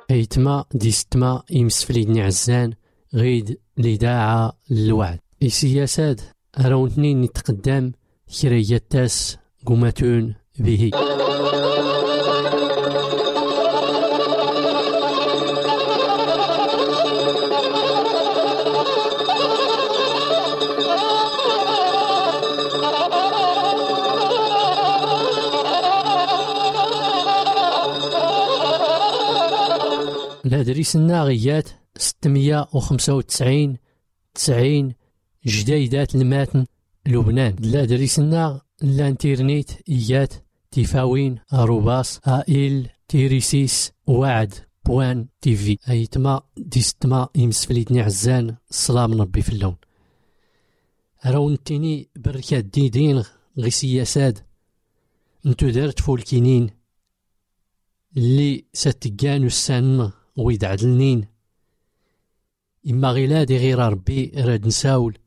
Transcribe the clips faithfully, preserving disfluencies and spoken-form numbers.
ايتما ديستما يمسفليدني عزان غيد لداعة الوعد السياسات راونتني نتقدم كرية تاس قمتون به. الهدريس الناغيات ستمية وخمسة وتسعين تسعين جديدات الماتن لبنان. الهدريس الناغ الانترنت إيات تفاوين أروباس آئل تيريسيس وعد بوان تيفي. أيتما ديستما يمسفليتني عزان السلام ربي في اللون. راونتيني بركات ديدين غي سياسات انتو دارت فولكينين اللي ستقانو السان ويدعدلنين إما غيلادي غير ربي راد نساول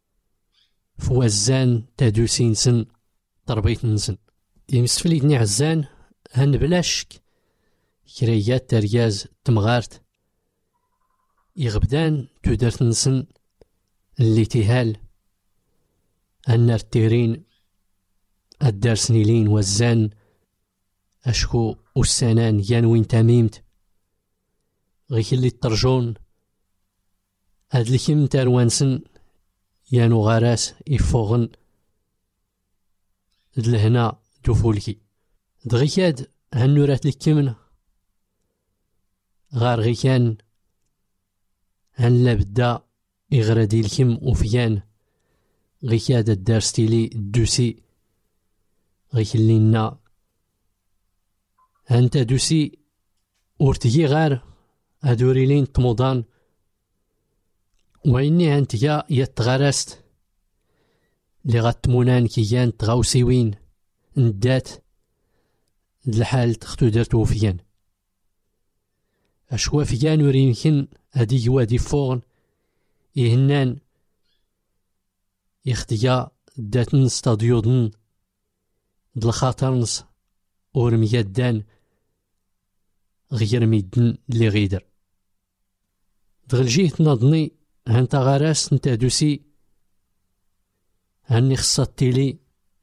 فوزان تادوسين سن تربيت نسن يمسفليدني عزان هن بلاشك كريات ترياز تمغارت يغبدان تودرت نسن اللي تهال النار تيرين الدرس نيلين وزان أشكو والسنان يانوين تميمت غيك اللي ترجون هاد الكم تاروانسن يانو غاراس يفوغن دلهنا دوفولكي دغيكاد هنورات الكمن غار غيكان هنلا بدا يغردي الكم وفيان غيكاد الدارس تيلي الدوسي غيك اللي نا هانتا دوسي ورتجي غار هادوري لين تموضان وإني هانتيا يتغرست اللي غاتمونان كيان تغاوسيوين ندات الحال تختو درتو فيان أشوا فيان ورينكن هادي جوادي فوغن يهنان يختيا داتن ستاديودن دالخاطرنس ورميادان غير ميدن اللي غيدر دغلجيه تناضني هانتا غاراس نتا دوسي هاني خصاتيلي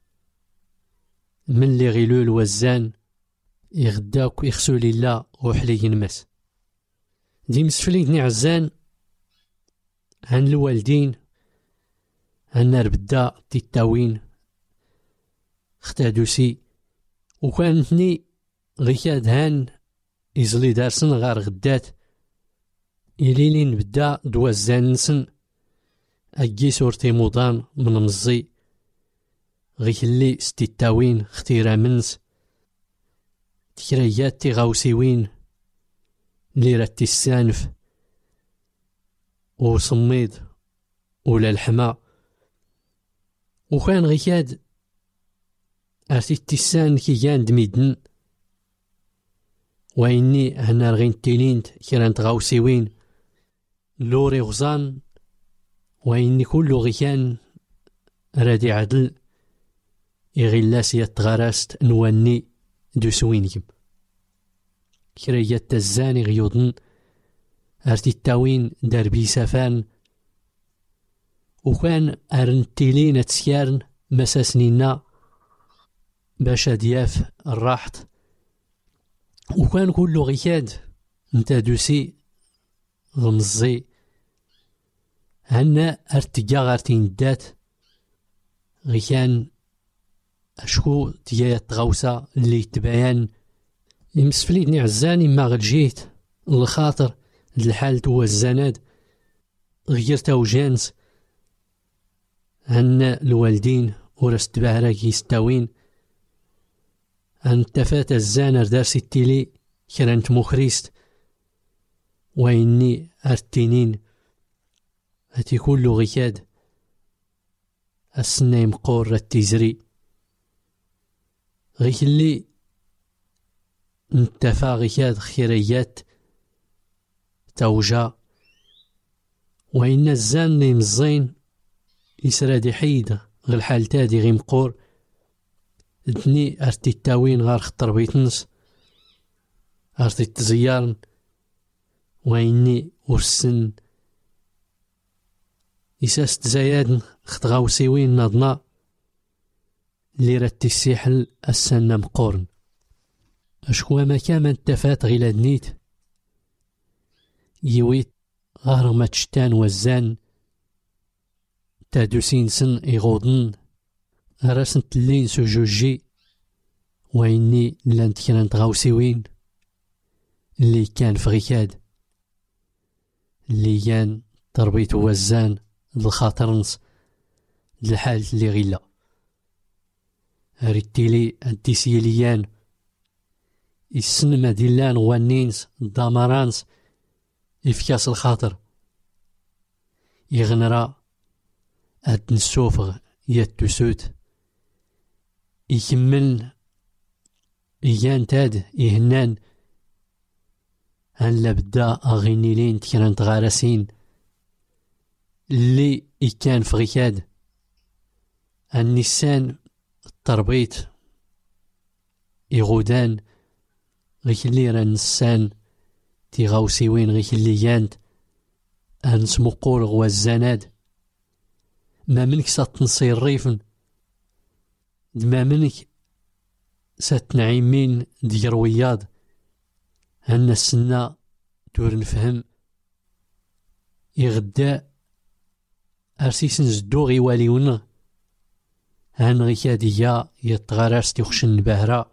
من اللي غيلو الوزان يغداك يخسو ليلا وحلي ينمس دي مسفليدني عزان هان الوالدين هان ربدا تيتاوين ختا دوسي وكانتني غيكاد هان إزلي دارسن غار غدات إليلي نبدا دوازان نسن أجي سورتي موضان من مزي غيك اللي ستيتاوين اختيرا منس تكريات تيغاوسيوين اللي راتي السانف وصميد ولا الحما وكان غيكاد أرتي تيسان كيان دميدن وإني هنا رغين تيلينت كيران تغاوسيوين لوري غزان وإني كل غيان رادي عدل إغلاس يتغراست نواني دوسوينكم كريات تزاني غيوضن أرتي التاوين دربي سفان وكان أرنتيلين تسيارن مساسنينا باشا دياف الراحت وكان كله غيكاد نتا دوسي غمزي هنا ارتجا غارتين دات غيكان اشكو تيا تغوسا اللي تبين يمسفليدني عزاني ما غلجيت الخاطر الحال تو الزناد غيرتا وجانس هنا الوالدين ورست بهراك يستوين أنت فات الزانر دارسي التيلي كرانت مخريست وإني أرتينين هاتي كل غيكاد السنة مقور التيزري غيك اللي انتفا غيكاد خيريات توجا وإن الزان مزين يسرادي حيد غير الحال تادي غي مقور دني أرتي التاوين غار خطر بيتنس أرتي التزيارن وإني ورسن إساس تزايد خطغاوسيوين ناضنا اللي رتي السيحل السنة مقورن أشكوا ما كان من تفات غيلا دنيت يويت غار ما تشتان وزان تادوسين سن إغوضن راسن تلين سجوجي وإني لانت كان تغاوسيوين اللي كان فغيكاد اللي كان تربيت وزان الخاطرنس الحالة اللي غيلا ريتيلي الديسيليان السن مديلان وانينس الدامارانس إفكاس الخاطر يغنرا أد نسوفغ يتسوت يكمل إيان تاد إهنان أن لابدا أغيني لين تكران تغارسين اللي إكان فغيكاد النسان التربيت إغودان غيك اللي راه نسان تيغاوسيوين غيك اللي يانت أنسمقور غوازاناد ما منك ساتنصير ريفن ما منك ساتنعيمين ديروياض هن السنة دور نفهم يغدا أرسيسن زدو غيوالي ون هن غيكادية يتغارس تيخشن بهرا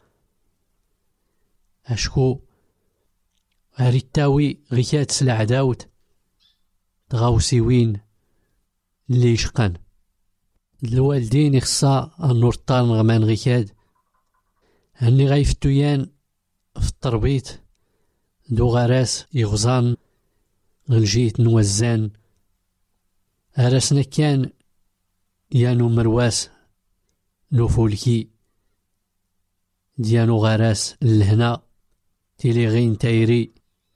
أشكو هريتاوي غيكاد سلع داوت تغاوسيوين اللي يشقن الوالدين يخصا النورطان غمان غيكاد هني غايفتويان في التربيت دو غراس يغزان غلجيت نوزان هرسنا كان يانو مرواس نو فولكي ديانو غراس لهنا تيلي غين تايري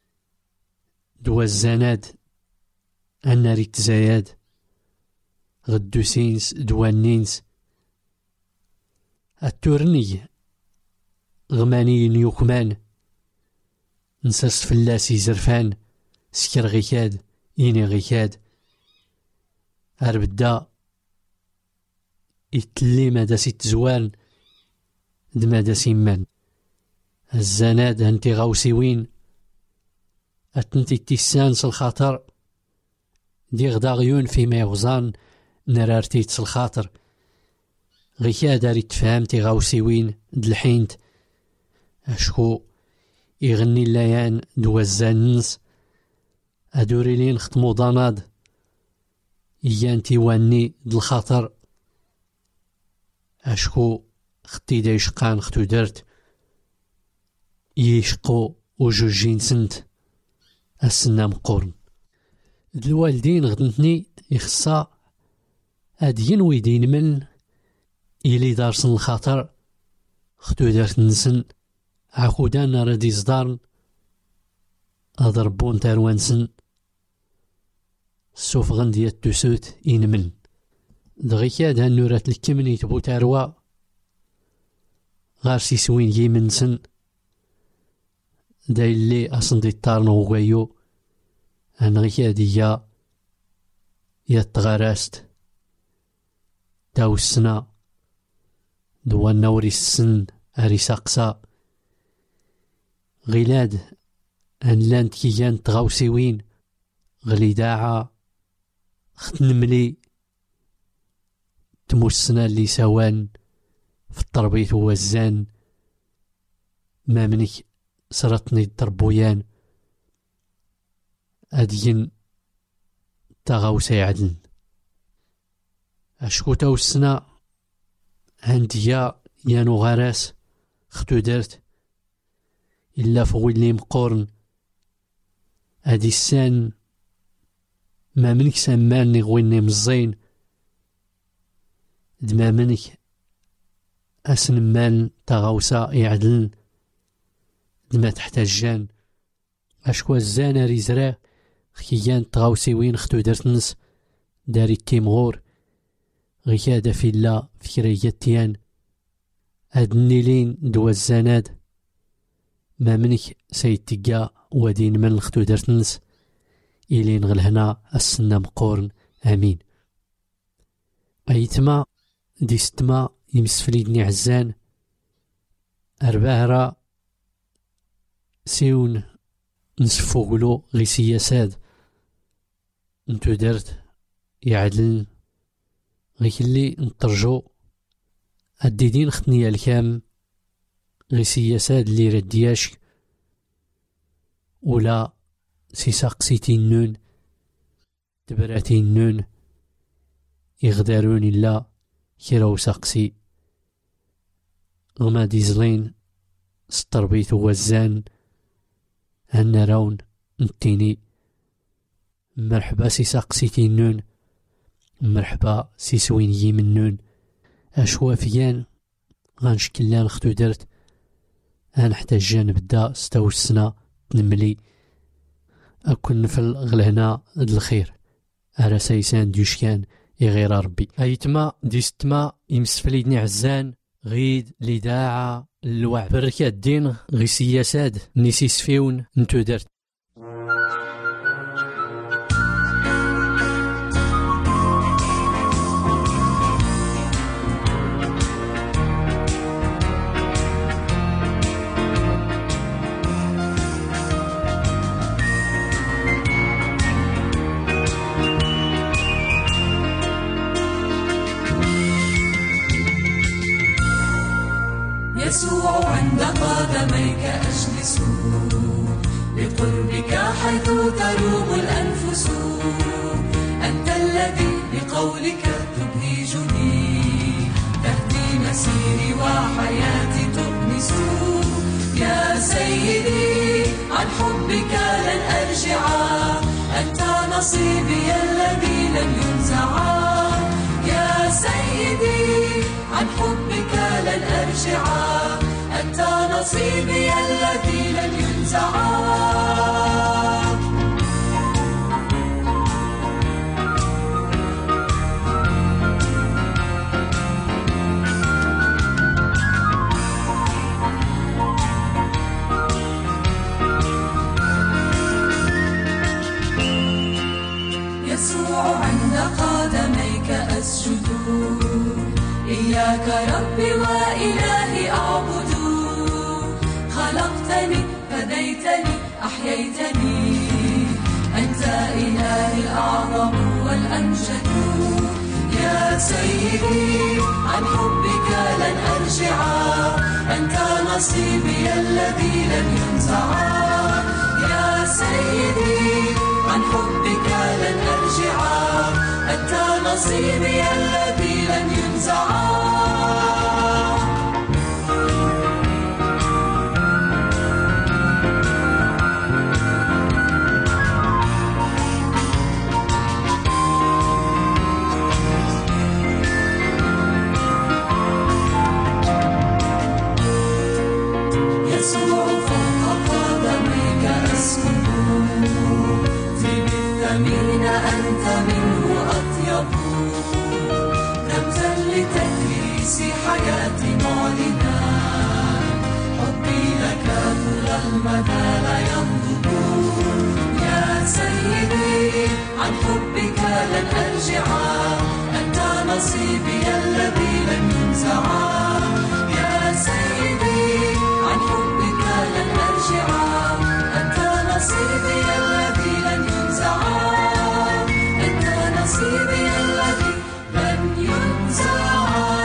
دوزاناد الناري تزايد غدوسينس دوانينس التورني غماني نيوكمان نساس فلاسي زرفان سكر غيكاد إني غيكاد أربدا إتلي مادا سيت زوان دمادا سيمان الزناد هنتي غاوسيوين أتنتي تيسانس الخاطر دي غدا غيون فيما يغزان نرارتيت الخاطر غيكاد داري تفهمتي غاوسيوين دلحينت أشكو يغني الليان دوزاننس أدوري لين ختمو ضاناد يانتي واني دالخاطر أشكو ختي دا يشقان ختو درت يشقو وجوجين سنت السنة مقورن الوالدين غدنتني يخصا أدين ويدين من إلي دارسن الخاطر ختو درت نسن عقودان ردي صدارن أضربون تاروانسن سوفغن ديال التسوت إنمن دغيكاد هنورات الكمني تبو تاروا غار سيسوين يمنسن دايلي أصن دي طارنو غايو هنغيكاد يا يتغاراست داو السنة دوان نوري السن أري ساقسا غلاد أن لانت كيان تغاوسيوين غلي داعا ختنملي تموسنا اللي سوان في التربيت وزان ما منك سرطني التربويان أدين تغاوسي عدن أشكو توسنا هنديا يانو غراس ختو درت إلا فويلي مقورن أدي السان ما منك سماني غويني مزين دما منك أسنمان تغاوسا يعدلن دما تحتاجان أشكوا الزانا ريزرا خيان تغاوسيوين ختو درتنس داري التيمغور غيكادا في الله فكريتيان هاد النيلين دوا الزاناد ما منك سيتقا ودين من الختو درتنس إلين غلهنا السنة مقورن آمين. أيتما دي ستما يمسفليدني عزان أرباهرا سيون نسفوغلو غي سياساد نتو درت يعدلن غي كلي نطرجو الديدين خطنيا الكام غي سياساد اللي ردياش ولا سيساقسيتين نون تبراتين نون يغدارون إلا كيراو ساقسي غما ديزلين ستربيت وزان هنا راون نتيني مرحبا سيساقسيتين نون مرحبا سيسوين يمن نون أشوافيان غنشكلان ختو درت غنحتاج نبدا ستاوش سنة نملي أكون نفل غلهنا د الخير أرا سيسان ديوشكان يغير ربي. أيتما ديستما يمسفليدني عزان غيد لداعة الوعد بركة الدين غي سياساد نيسيس فيون نتو درت. يسوع عند قدميك أجلس بقربك حيث تروم الأنفس أنت الذي بقولك تبهجني تهدي مسيري وحياتي تؤنس يا سيدي عن حبك لن أرجع أنت نصيبي الذي لن ينزع يا سيدي عن حبك لن أرجع أنت نصيبي الذي لن ينزع. يسوع عند قدميك أسجد إياك ربي وإلهي أعبد خلقتني فديتني أحييتني أنت إلهي الأعظم والأمجد يا سيدي عن حبك لن أرجع أنت نصيبي الذي لن ينزع يا سيدي عن حبك لن أرجع أنت نصيبي الذي لن ينزع. يسوع فوق قدميك أسكن في بالثمين أنت منه أطيب رمزا لتكريس حياتي معلنا حبي لك طول المدى لا ينضب يا سيدي عن حبك لن أرجع أنت نصيبي الذي لن ينزع يا سيدي عن حبك لن أرجع أنت نصيبي الذي لن ينزع أنت نصيبي الذي لن ينزع.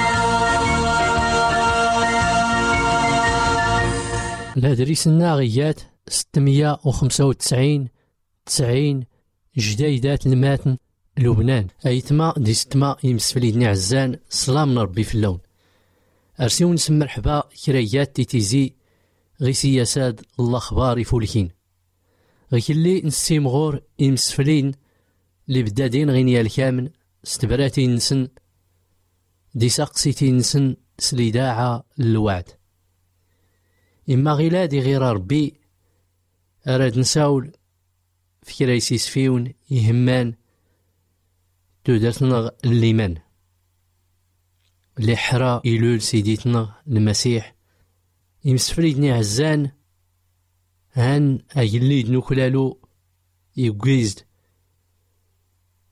الهدريس الناغيات ستمية وخمسة وتسعين تسعين جديدات الماتن لبنان. أيتما دي ستما يمسفليدني عزان سلام ربي في اللون أرسيون نسم مرحبا كريات تيتيزي غي سياساد الله خباري فولكين غي كلي نسيم غور يمسفلين اللي بدادين غينيا الكامن استبراتي نسن دي ساقسيتي نسن سليداعة الوعد إما غيلادي غير ربي أراد نساول في كرايسيس فيون يهمان تودرتنا الليمان اللي حرا إلول سيديتنا المسيح يمسفريدني عزان هان أجليد نوكلالو يقويزد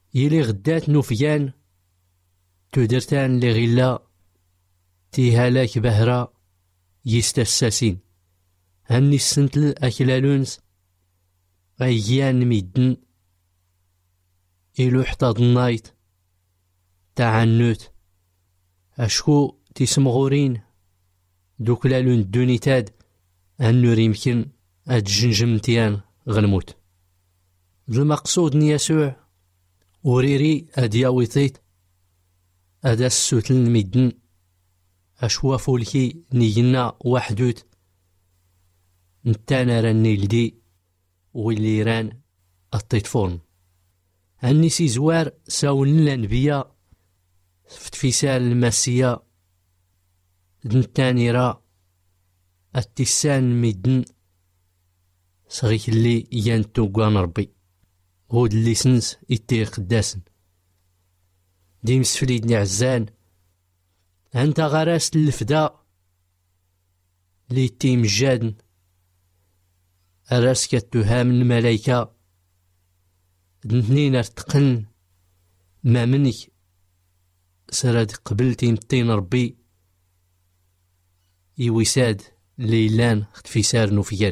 يلي غدات نوفيان تودرتان لي غلا تيهالاك بهرا يستساسين هني السنتل أكلالونس غيان ميدن إلو حتى النايت تاعنوت أشكو تيسمغورين دوكلالون الدونيتاد أنو ريمكن أد جنجمتيان غنموت. المقصود نيسوع وريري أد ياويطيت أدا السوتل الميدن أشوا فولكي نيجنا وحدوت نتانا راني لدي واللي ران الطيت فورن هني سي زوار ساولن لنبيا فتفيسال الماسية دنتاني را التسان ميدن صغيك اللي يانتو قوان ربي غود اللي سنس إتي قداسن ديمس فليدني عزان أنت غراس الفدا لي تيم جادن أراس كتوهام الملايكة دنتنين ارتقن ما منك سراد قبلتي متين ربي يويساد ليلان في سار نوفيان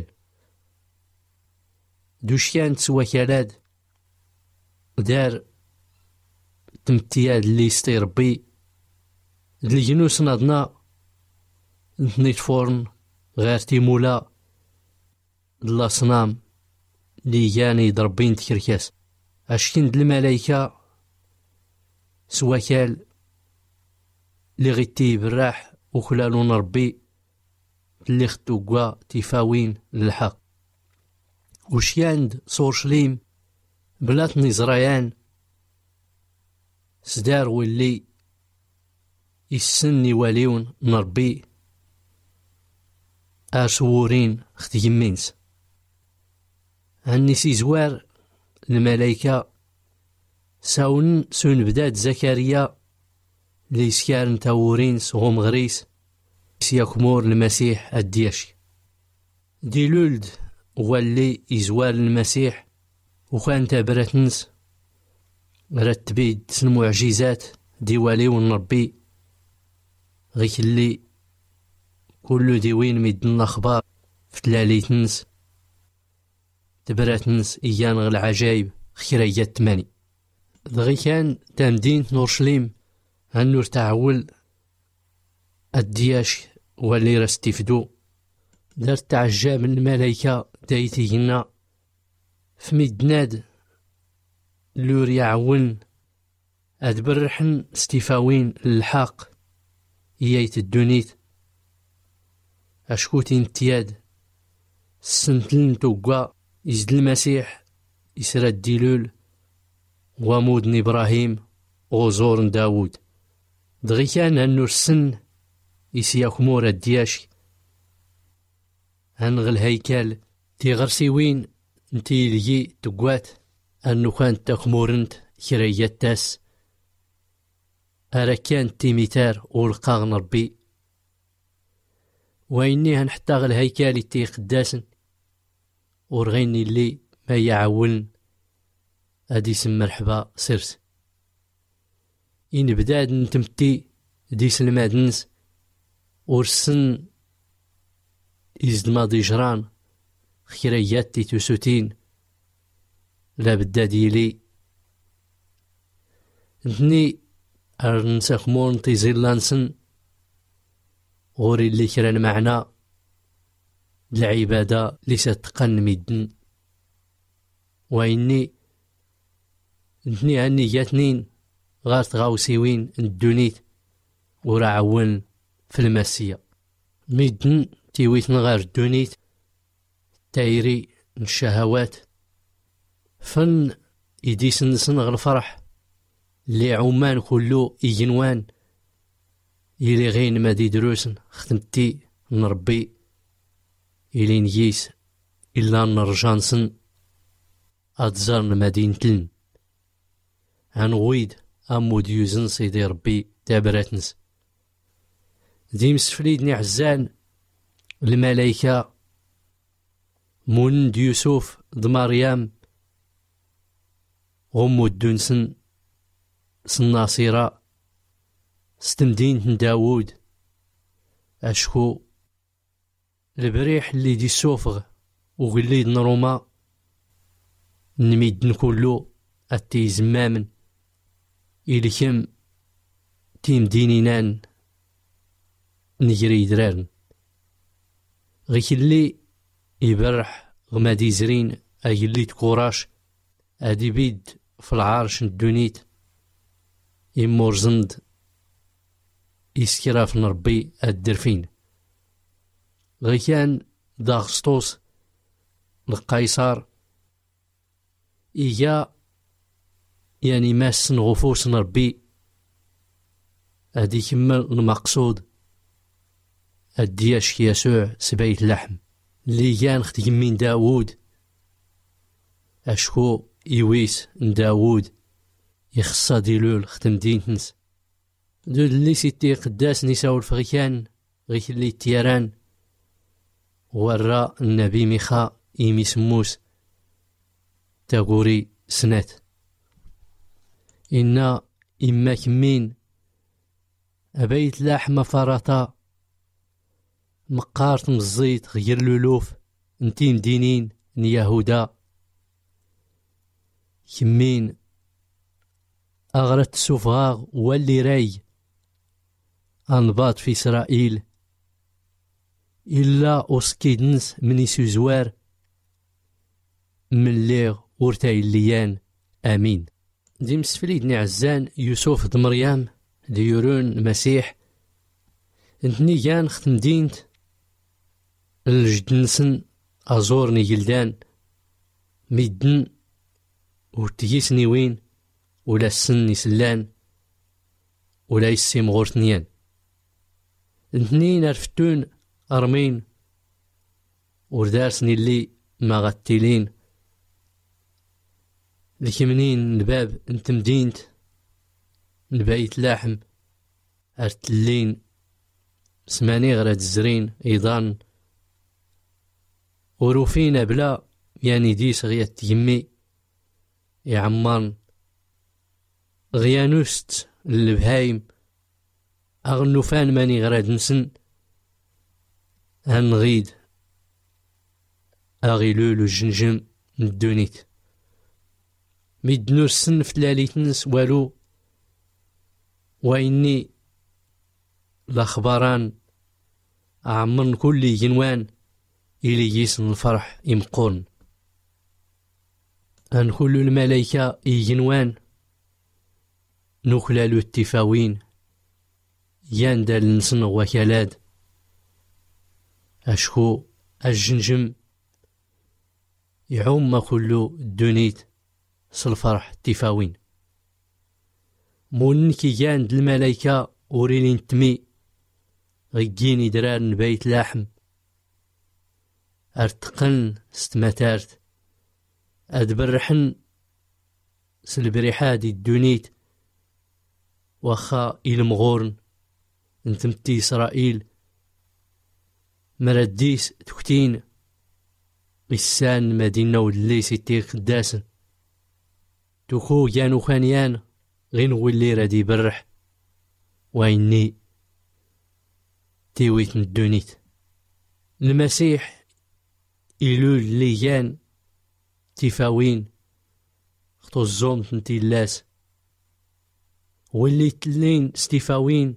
دوشيان تسوى كالاد دار تمتياد اللي يستي ربي الجنوس ناضنا نتنيت فورن غير تيمولا الأصنام اللي جاني ضربين تكركاس أشكين د الملايكة سواكال اللي غيتي بالراح وكلالون ربي اللي ختوقوا تيفاوين للحق وشياند صورشليم بلات نزريان سدار واللي يسني واليون نربي أرسورين ختيمينس هني سي زوار الملايكة ساون سون بدات زكريا لي سكارن تاورين سغوم غريس سياكمور المسيح الدياشي ديلولد واللي يزوار المسيح وكان تابرتنس رتبيد المعجزات ديوالي ونربي غيك اللي كل ديوين ميدن الأخبار فتلاليتنس تبراتنس إيان غل عجايب خيريات تماني دغي كان تمدين نورشليم هنور تعول الدياش واللي رستفدو دار تعجاب الملايكة دايتينا في ميدناد لور يعون أدبرحن استفاوين للحق إيايت الدونيت أشكوتين تياد سنتلن توقع يزد المسيح يسرى الديلول ومودن إبراهيم وزور داود دغي كان هنو السن يسياكمور الدياش هنغ الهيكال تيغرسيوين نتي لجي تقوات أنو كانت تخمورنت كريات تاس أرا كانت تيميتار ولقاغ ربي وإني هنحتاغ الهيكال تي قداسن ورغيني اللي ما يعاون أدي سم مرحبا سرس إن بداد نتمتي ديس المادنس ورسن إزد ماضي جران خيريات تي تسوتين لا بدادي لي نتني أرنساخ مون تيزيلانسن غوري اللي كران معنا العبادة ليست تقن ميدن وإني نتني عني جاتنين غارت غاوسيوين الدونيت وراعون في المسية ميدن تيويت نغار الدونيت تايري الشهوات فن يديس نسنغ الفرح اللي عمان كلو إجنوان يلي غين ما دي دروسن ختمتي نربي إلي نجيس إلا نرجانسن أتزارن مدينتلن هنغويد أمو ديوزن سيدي ربي تابراتنس ديمس فليدني عزان الملايكة مون ديوسوف د مريم غمو الدونسن سناصرة ستمدين داود أشكو البريح اللي دي سوفغ وغليد نروما نميدن كلو أتي زمامن إلي كم تيم دينينان نجري درارن غيك اللي يبرح غمادي زرين أجلي تكوراش أدي بيد في العارش الدونيت يمور زند يسكراف نربي الدرفين غي كان داغسطوس القيصر إيجا يعني ماس نغفوس نربي أدي كمل المقصود الدياش يسوع سبايت لحم اللي كان خدم من داود أشكو يويس داود يخصى ديلول ختم دينتنس دول اللي سيتي قداس نساو الفغيكان غيك اللي تيران ورا النبي ميخا إيمي سموس تاغوري سنات إنا إما كمين أبيت لحمة فرطا مقارت مزيت غير لولوف انتيم دينين نيهودا كمين أغرت سوفغاغ واللي راي أنباط في إسرائيل إلا أسكيدنس من يسوزوار من ليغ ورتاي الليان آمين. دي مسفليدني عزان يوسف د مريم ديورون المسيح انتني كان ختم دينت الجدنسن أزورني جلدان ميدن وتجيسني وين ولا السن يسلان ولا يسيم غورتنيان انتنين عرفتون أرمين وردارسني اللي ما غتيلين لكمنين الباب انت مدينت نبايت لاحم ارتلين سماني غرات الزرين ايضان وروفينا بلا يعني ديس غيات يمي يعمان غيانوست البهايم اغنو فان ماني غراد نسن هنغيد اغيلولو الجنجم ندونيت ميدنو السن فتلاليتنس والو وإني الأخباران أعمرن كل جنوان إلي يسن الفرح يمقون أن كل الملايكة يجنوان نخلال التفاوين ياندال نسن وكالاد أشكو الجنجم يعوم كل الدنيت سالفرح التفاوين مونكي جاند الملايكة وريلين تمي غيجيني درار نبايت لاحم ارتقن ستماتارت ادبرحن سلبريحادي الدونيت وخا المغورن انتمتي اسرائيل مرديس تكتين إسان مدينة ولي سيتي قداسن تكو جانو خانيان غين ولي رادي برح وإني تيويت ندونيت المسيح إلول ليان تفاوين خطو الزوم تنتي اللاس واللي تلين ستفاوين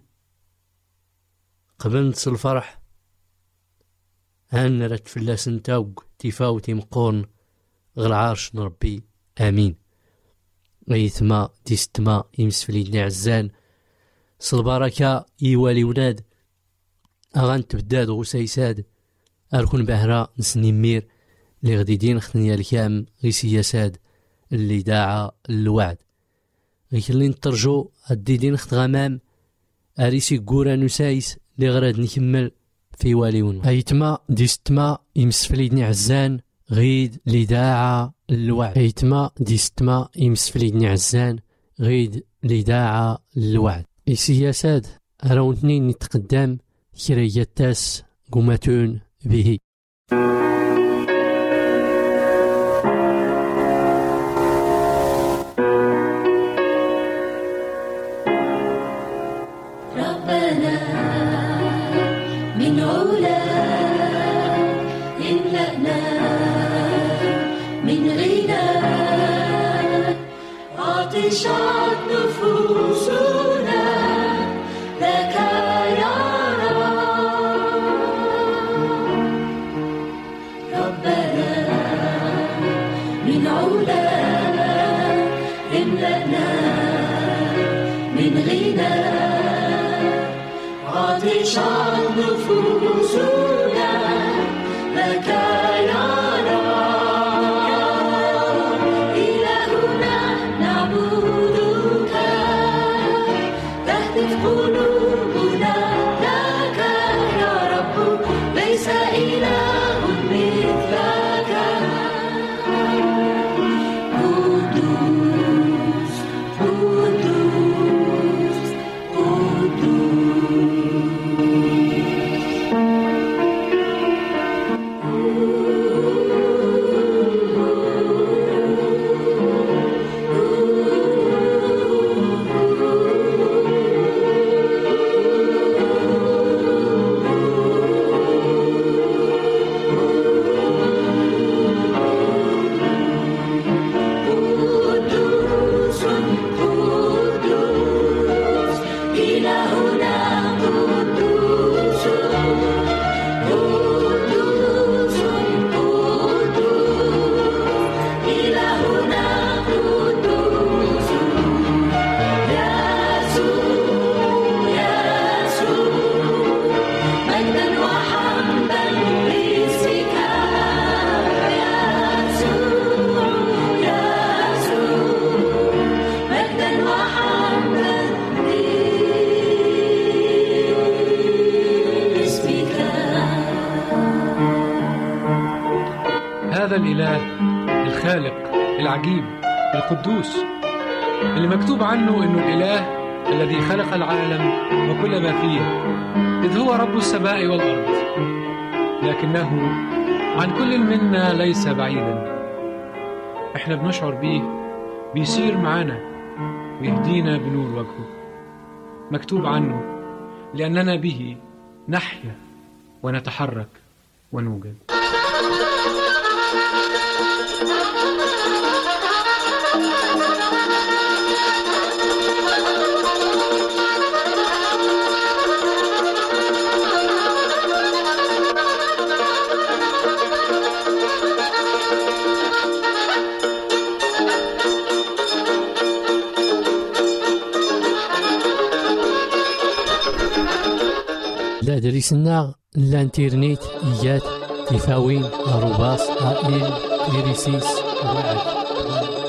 قبلت الفرح هان رات فلاس نتاوق تفاوتي مقورن غل عارش نربي آمين غيثما ديستما يمسفليدني عزان صلباركا يوالي ولاد أغان تبداد غسيساد أركون بهرا نسني مير اللي غديدين خثنيا الكام غي سياساد اللي داعا الوعد غيكلي نترجو الديدين خت غمام أريسي قورا نسايس اللي غراد نكمل في واليون أيتما ديستما يمسفليدني عزان غيد اللي داعا الوعد أيتما ديستما يمسفليدني عزان غيد اللي داعا الوعد السياسات أراون اثنين نتقدم كرياتاس قوماتون به من غنى عطشت نفوسنا لك يا رب. ربنا من علا املأنا من غنى عطشت نفوسنا لك يا رب. إلهنا نعبدك تهتف قلوبنا لك يا رب. ليس إله مثلك قدوس قدوس هذا الإله الخالق العجيب القدوس اللي مكتوب عنه إنه الإله الذي خلق العالم وكل ما فيه، إذ هو رب السماء والأرض، لكنه عن كل منا ليس بعيدا. إحنا بنشعر بيه بيسير معنا ويهدينا بنور وجهه. مكتوب عنه لأننا به نحيا ونتحرك ونوجد. لا دريسنا الانترنت إيجاد تفاوين أروباس آئل إيريسيس وعد.